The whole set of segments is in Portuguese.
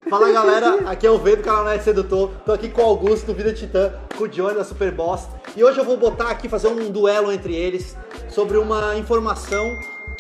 Fala galera, aqui é o V do canal Nerd Sedutor. Tô aqui com o Augusto do Vida Titã, com o Johnny da Super Boss. E hoje eu vou botar aqui, fazer um duelo entre eles sobre uma informação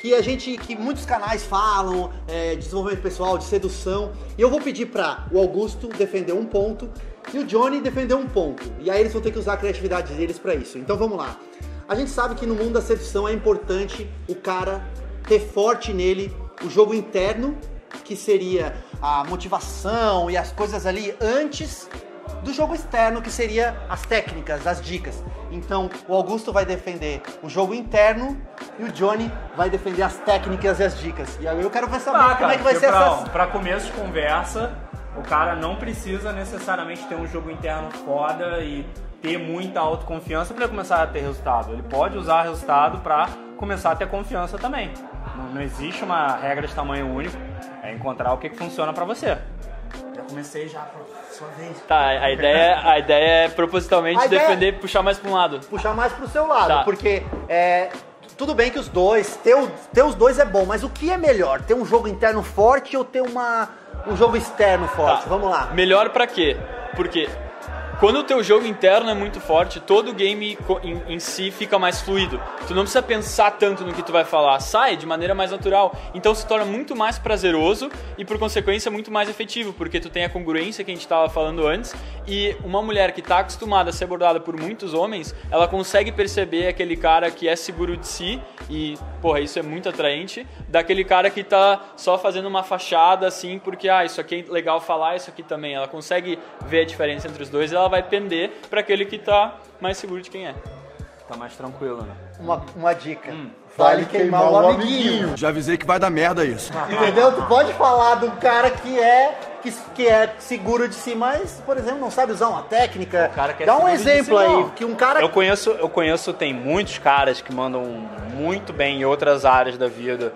que muitos canais falam, de desenvolvimento pessoal, de sedução. E eu vou pedir para o Augusto defender um ponto e o Johnny defender um ponto. E aí eles vão ter que usar a criatividade deles para isso. Então vamos lá. A gente sabe que no mundo da sedução é importante o cara ter forte nele o jogo interno, que seria a motivação e as coisas ali antes do jogo externo, que seria as técnicas, as dicas. Então o Augusto vai defender o jogo interno e o Johnny vai defender as técnicas e as dicas. E aí eu quero ver saber como é que vai ser essa... Pra começo de conversa, o cara não precisa necessariamente ter um jogo interno foda e ter muita autoconfiança para começar a ter resultado. Ele pode usar resultado para começar a ter confiança também. Não existe uma regra de tamanho único. É encontrar o que funciona pra você. Já comecei já, por sua vez. Tá, a ideia é propositalmente defender, puxar mais pra um lado. Puxar mais pro seu lado, tá. Porque tudo bem que os dois, ter os dois é bom, mas o que é melhor? Ter um jogo interno forte ou ter um jogo externo forte? Tá. Vamos lá. Melhor pra quê? Porque quando o teu jogo interno é muito forte, todo o game em si fica mais fluido. Tu não precisa pensar tanto no que tu vai falar, sai de maneira mais natural. Então se torna muito mais prazeroso e por consequência muito mais efetivo, porque tu tem a congruência que a gente estava falando antes, e uma mulher que está acostumada a ser abordada por muitos homens, ela consegue perceber aquele cara que é seguro de si, e porra, isso é muito atraente, daquele cara que tá só fazendo uma fachada assim, porque isso aqui é legal falar, isso aqui também. Ela consegue ver a diferença entre os dois e ela vai pender para aquele que tá mais seguro de quem é. Tá mais tranquilo, né? Uma dica. Vale queimar o amiguinho. Já avisei que vai dar merda isso. Entendeu? Tu pode falar de um cara que é seguro de si, mas, por exemplo, não sabe usar uma técnica. Dá um exemplo aí. Que um cara... Eu conheço, tem muitos caras que mandam muito bem em outras áreas da vida.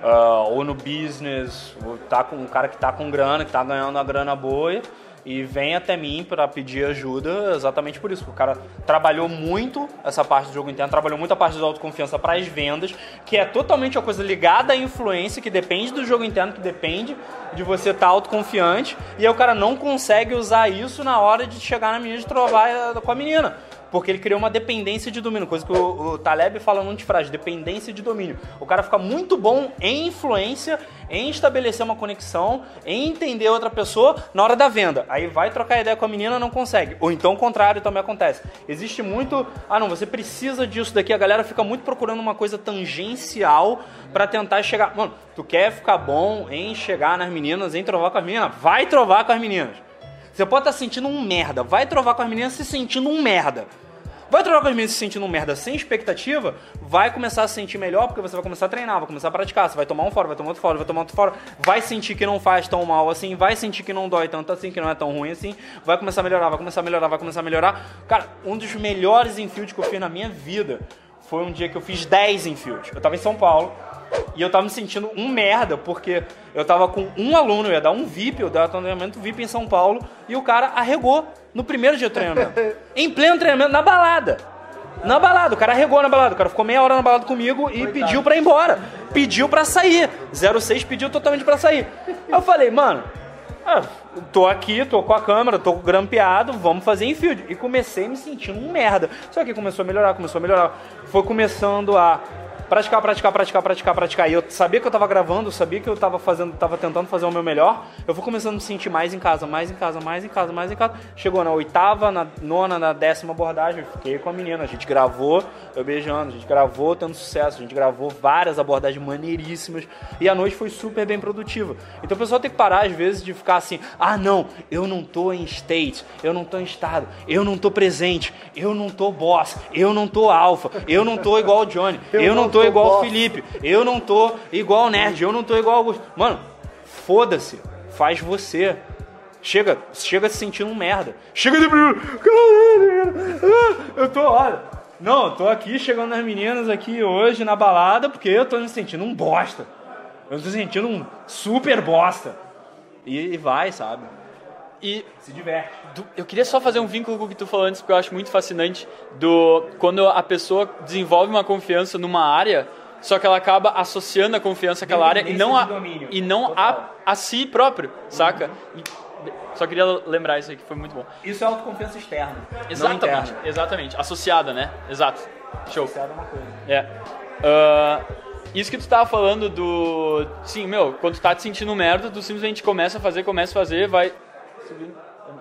Ou no business, ou tá com um cara que tá com grana, que tá ganhando uma grana boa e vem até mim para pedir ajuda exatamente por isso. O cara trabalhou muito essa parte do jogo interno, trabalhou muito a parte da autoconfiança para as vendas, que é totalmente uma coisa ligada à influência, que depende do jogo interno, que depende de você estar autoconfiante, e aí o cara não consegue usar isso na hora de chegar na menina de trovar com a menina. Porque ele criou uma dependência de domínio, coisa que o Taleb fala num antifrase, dependência de domínio. O cara fica muito bom em influência, em estabelecer uma conexão, em entender outra pessoa na hora da venda. Aí vai trocar ideia com a menina, não consegue. Ou então o contrário também acontece. Existe muito, você precisa disso daqui. A galera fica muito procurando uma coisa tangencial pra tentar chegar. Mano, tu quer ficar bom em chegar nas meninas, em trovar com as meninas? Vai trovar com as meninas. Você pode estar sentindo um merda, vai trovar com as meninas se sentindo um merda. Vai trovar com as meninas se sentindo um merda sem expectativa, vai começar a se sentir melhor porque você vai começar a treinar, vai começar a praticar, você vai tomar um fora, vai tomar outro fora, vai tomar outro fora, vai sentir que não faz tão mal assim, vai sentir que não dói tanto assim, que não é tão ruim assim, vai começar a melhorar, vai começar a melhorar, vai começar a melhorar. Cara, um dos melhores infield que eu fiz na minha vida foi um dia que eu fiz 10 infield. Eu tava em São Paulo, e eu tava me sentindo um merda, porque eu tava com um aluno, eu ia dar um VIP, eu dava treinamento VIP em São Paulo, e o cara arregou no primeiro dia de treinamento. Em pleno treinamento, na balada. Na balada, o cara arregou na balada, o cara ficou meia hora na balada comigo e pediu pra ir embora. Pediu pra sair. 06 pediu totalmente pra sair. Aí eu falei, mano, tô aqui, tô com a câmera, tô grampeado, vamos fazer infield. E comecei me sentindo um merda. Só que começou a melhorar. Foi começando a praticar. E eu sabia que eu tava gravando, eu sabia que eu tava tentando fazer o meu melhor. Eu fui começando a me sentir mais em casa. Chegou na 8ª, na 9ª, na 10ª abordagem, eu fiquei com a menina. A gente gravou, eu beijando, a gente gravou tendo sucesso, a gente gravou várias abordagens maneiríssimas. E a noite foi super bem produtiva. Então o pessoal tem que parar, às vezes, de ficar assim, não, eu não tô em state, eu não tô em estado, eu não tô presente, eu não tô boss, eu não tô alfa, eu não tô igual o Johnny, eu não tô igual o Felipe, eu não tô igual o Nerd, eu não tô igual o Augusto. Mano, foda-se, faz você. Chega se sentindo um merda. Chega de eu tô aqui chegando nas meninas aqui hoje na balada porque eu tô me sentindo um bosta. Eu tô sentindo um super bosta. E vai, sabe? E se diverte. Eu queria só fazer um vínculo com o que tu falou antes, porque eu acho muito fascinante quando a pessoa desenvolve uma confiança numa área só que ela acaba associando a confiança àquela área e não, Total. a si próprio, saca? Só queria lembrar isso aí, que foi muito bom. Isso é autoconfiança externa. Exatamente, exatamente. Associada, né? Exato. Show. Associada é uma coisa. Isso que tu tava falando do... Sim, quando tu tá te sentindo merda, tu simplesmente começa a fazer, vai subindo...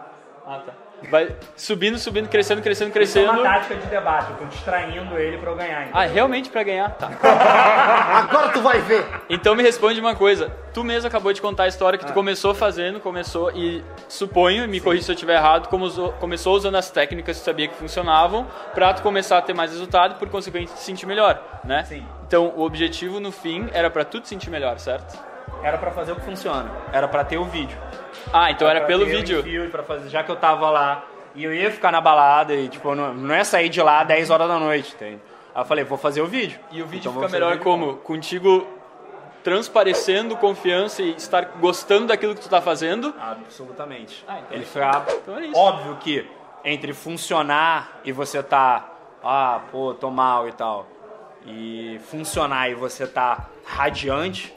Vai subindo, crescendo. Isso é uma tática de debate, eu tô distraindo ele pra eu ganhar. Entendeu? Realmente pra ganhar? Tá. Agora tu vai ver. Então me responde uma coisa. Tu mesmo acabou de contar a história que tu começou e suponho, me corrija se eu estiver errado, começou usando as técnicas que tu sabia que funcionavam pra tu começar a ter mais resultado e por consequente te sentir melhor, né? Sim. Então o objetivo no fim era pra tu te sentir melhor, certo? Era pra fazer o que funciona, era pra ter o vídeo. Então era pelo vídeo. Pra fazer, já que eu tava lá e eu ia ficar na balada e tipo, não ia sair de lá 10 horas da noite, entende? Aí eu falei, vou fazer o vídeo. E o vídeo fica melhor como? Contigo transparecendo confiança e estar gostando daquilo que tu tá fazendo? Absolutamente. Então Ele fica então é isso. óbvio que entre funcionar e você tá, tô mal e tal, e funcionar e você tá radiante,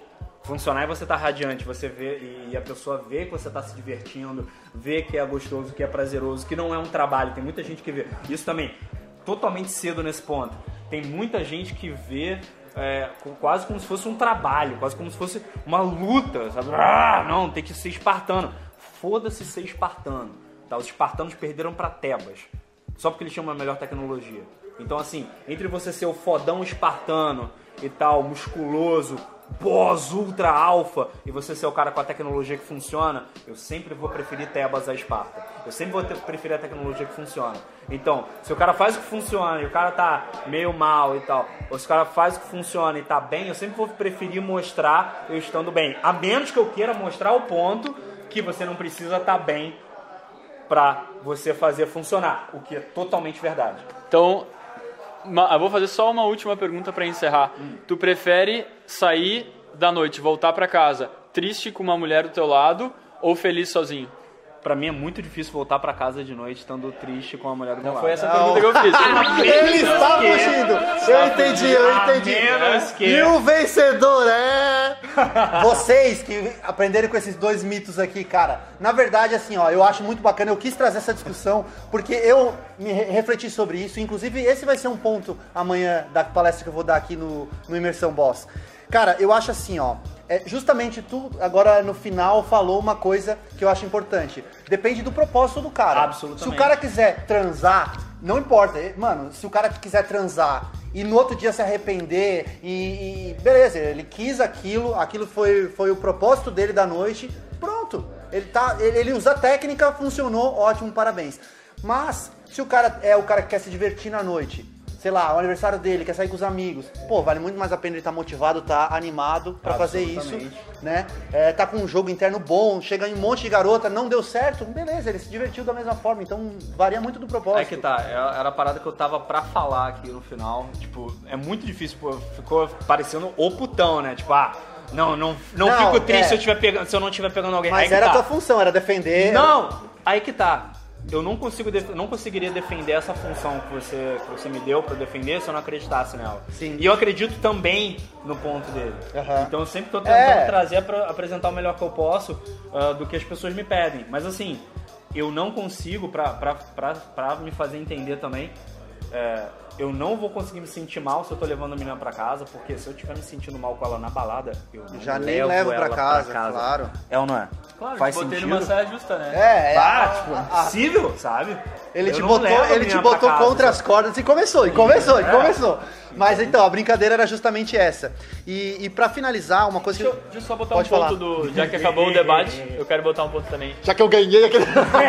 você vê e a pessoa vê que você tá se divertindo, vê que é gostoso, que é prazeroso, que não é um trabalho. Tem muita gente que vê. Isso também, totalmente cedo nesse ponto. Tem muita gente que vê quase como se fosse um trabalho, quase como se fosse uma luta, sabe? Não, tem que ser espartano. Foda-se ser espartano. Tá? Os espartanos perderam pra Tebas, só porque eles tinham uma melhor tecnologia. Então assim, entre você ser o fodão espartano e tal, musculoso, boss, ultra alfa, e você ser o cara com a tecnologia que funciona, eu sempre vou preferir Tebas a Esparta. Eu sempre vou preferir a tecnologia que funciona. Então, se o cara faz o que funciona e o cara tá meio mal e tal, ou se o cara faz o que funciona e tá bem, eu sempre vou preferir mostrar eu estando bem. A menos que eu queira mostrar o ponto que você não precisa estar bem pra você fazer funcionar, o que é totalmente verdade. Então, eu vou fazer só uma última pergunta pra encerrar. Tu prefere sair da noite, voltar pra casa triste com uma mulher do teu lado ou feliz sozinho? Pra mim é muito difícil voltar pra casa de noite estando triste com a mulher do meu lado. Foi essa pergunta que eu fiz. Ele está fugindo. Eu entendi. E o vencedor é... Vocês que aprenderam com esses dois mitos aqui, cara. Na verdade, assim, eu acho muito bacana. Eu quis trazer essa discussão porque eu me refleti sobre isso. Inclusive, esse vai ser um ponto amanhã da palestra que eu vou dar aqui no Imersão Boss. Cara, eu acho assim, justamente tu agora no final falou uma coisa que eu acho importante. Depende do propósito do cara. Absolutamente. Se o cara quiser transar, não importa. Mano, se o cara quiser transar e no outro dia se arrepender e beleza, ele quis aquilo foi o propósito dele da noite, pronto. Ele usa a técnica, funcionou, ótimo, parabéns. Mas, se o cara é o cara que quer se divertir na noite, sei lá, o aniversário dele, quer sair com os amigos, vale muito mais a pena ele estar motivado, estar animado pra fazer isso, né? Tá com um jogo interno bom, chega em um monte de garota, não deu certo, beleza, ele se divertiu da mesma forma, então varia muito do propósito. É que tá, era a parada que eu tava pra falar aqui no final, tipo, é muito difícil, ficou parecendo o putão, né? Tipo, não fico triste se eu não estiver pegando alguém. Mas era a tua função, era defender. Não, aí que tá. Eu não conseguiria defender essa função que você me deu pra defender se eu não acreditasse nela. Sim. E eu acredito também no ponto dele. Uhum. Então eu sempre tô tentando trazer pra apresentar o melhor que eu posso do que as pessoas me pedem. Mas assim, eu não consigo, pra me fazer entender também, eu não vou conseguir me sentir mal se eu tô levando a menina pra casa, porque se eu estiver me sentindo mal com ela na balada, eu não já nem levo pra casa, claro. É ou não é? Claro, faz botei sentido. numa saia justa, né? Impossível, sabe? Ele te botou contra as cordas e começou. Mas então, a brincadeira era justamente essa. E pra finalizar, uma coisa Deixa eu só botar um ponto já que acabou o debate, eu quero botar um ponto também. Já que eu ganhei aquele...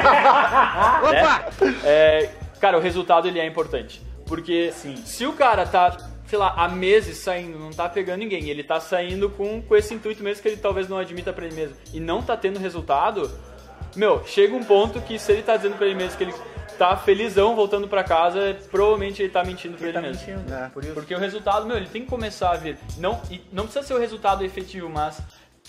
Opa! Cara, o resultado ele é importante. Porque se o cara tá, sei lá, há meses saindo, não tá pegando ninguém, ele tá saindo com esse intuito mesmo que ele talvez não admita pra ele mesmo, e não tá tendo resultado, chega um ponto que se ele tá dizendo pra ele mesmo que ele tá felizão voltando pra casa, provavelmente ele tá mentindo pra ele mesmo. Por isso. Porque o resultado, ele tem que começar a vir. Não precisa ser o resultado efetivo, mas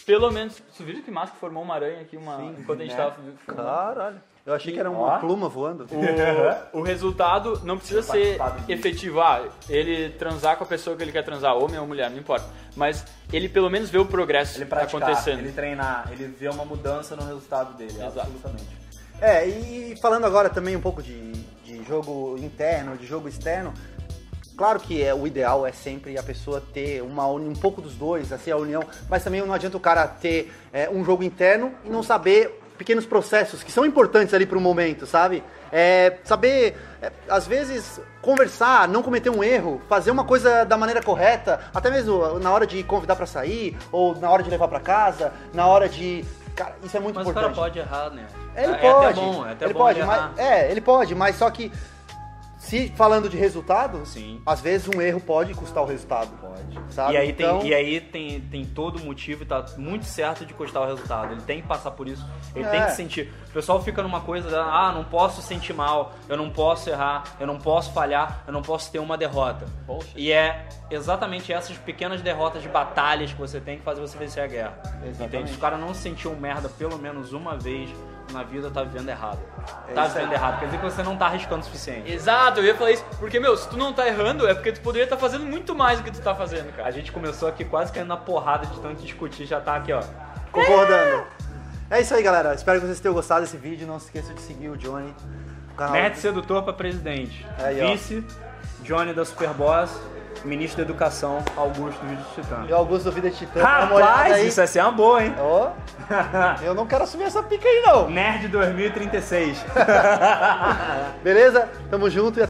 pelo menos... Tu viu que massa que formou uma aranha aqui enquanto a gente tava filmando? Caralho. Eu achei que era uma pluma voando. O resultado não precisa ser efetivo. Ele transar com a pessoa que ele quer transar, homem ou mulher, não importa. Mas ele pelo menos vê o progresso acontecendo. Ele treinar, ele vê uma mudança no resultado dele, absolutamente. E falando agora também um pouco de jogo interno, de jogo externo, claro que o ideal é sempre a pessoa ter um pouco dos dois, assim, a união, mas também não adianta o cara ter um jogo interno e não saber pequenos processos que são importantes ali para o momento, sabe? Saber, às vezes, conversar, não cometer um erro, fazer uma coisa da maneira correta, até mesmo na hora de convidar para sair, ou na hora de levar para casa, na hora de... Cara, isso é muito importante. Mas o cara pode errar, né? Ele pode. Até bom, ele pode, errar. ele pode, mas só que falando de resultado, sim, às vezes um erro pode custar o resultado. Pode. Sabe? E aí tem todo motivo e tá muito certo de custar o resultado. Ele tem que passar por isso, ele tem que sentir. O pessoal fica numa coisa não posso sentir mal, eu não posso errar, eu não posso falhar, eu não posso ter uma derrota. Poxa. E é exatamente essas pequenas derrotas de batalhas que você tem que fazer você vencer a guerra. Entende? Se o cara não se sentiu um merda pelo menos uma vez na vida, tá vivendo errado. Tá vivendo errado, quer dizer que você não tá arriscando o suficiente. Exato, eu ia falar isso, porque, se tu não tá errando, é porque tu poderia estar fazendo muito mais do que tu tá fazendo, cara. A gente começou aqui quase caindo na porrada de tanto discutir, já tá aqui, ó. Concordando. É isso aí, galera. Espero que vocês tenham gostado desse vídeo. Não se esqueça de seguir o Johnny. Nerd Sedutor pra presidente. Aí, Vice, Johnny da Superboss. Ministro da Educação, Augusto do Vida de Titã. E o Augusto do Vida de Titã. Rapaz, isso vai ser uma boa, hein? Eu não quero assumir essa pica aí, não. Nerd 2036. Beleza? Tamo junto e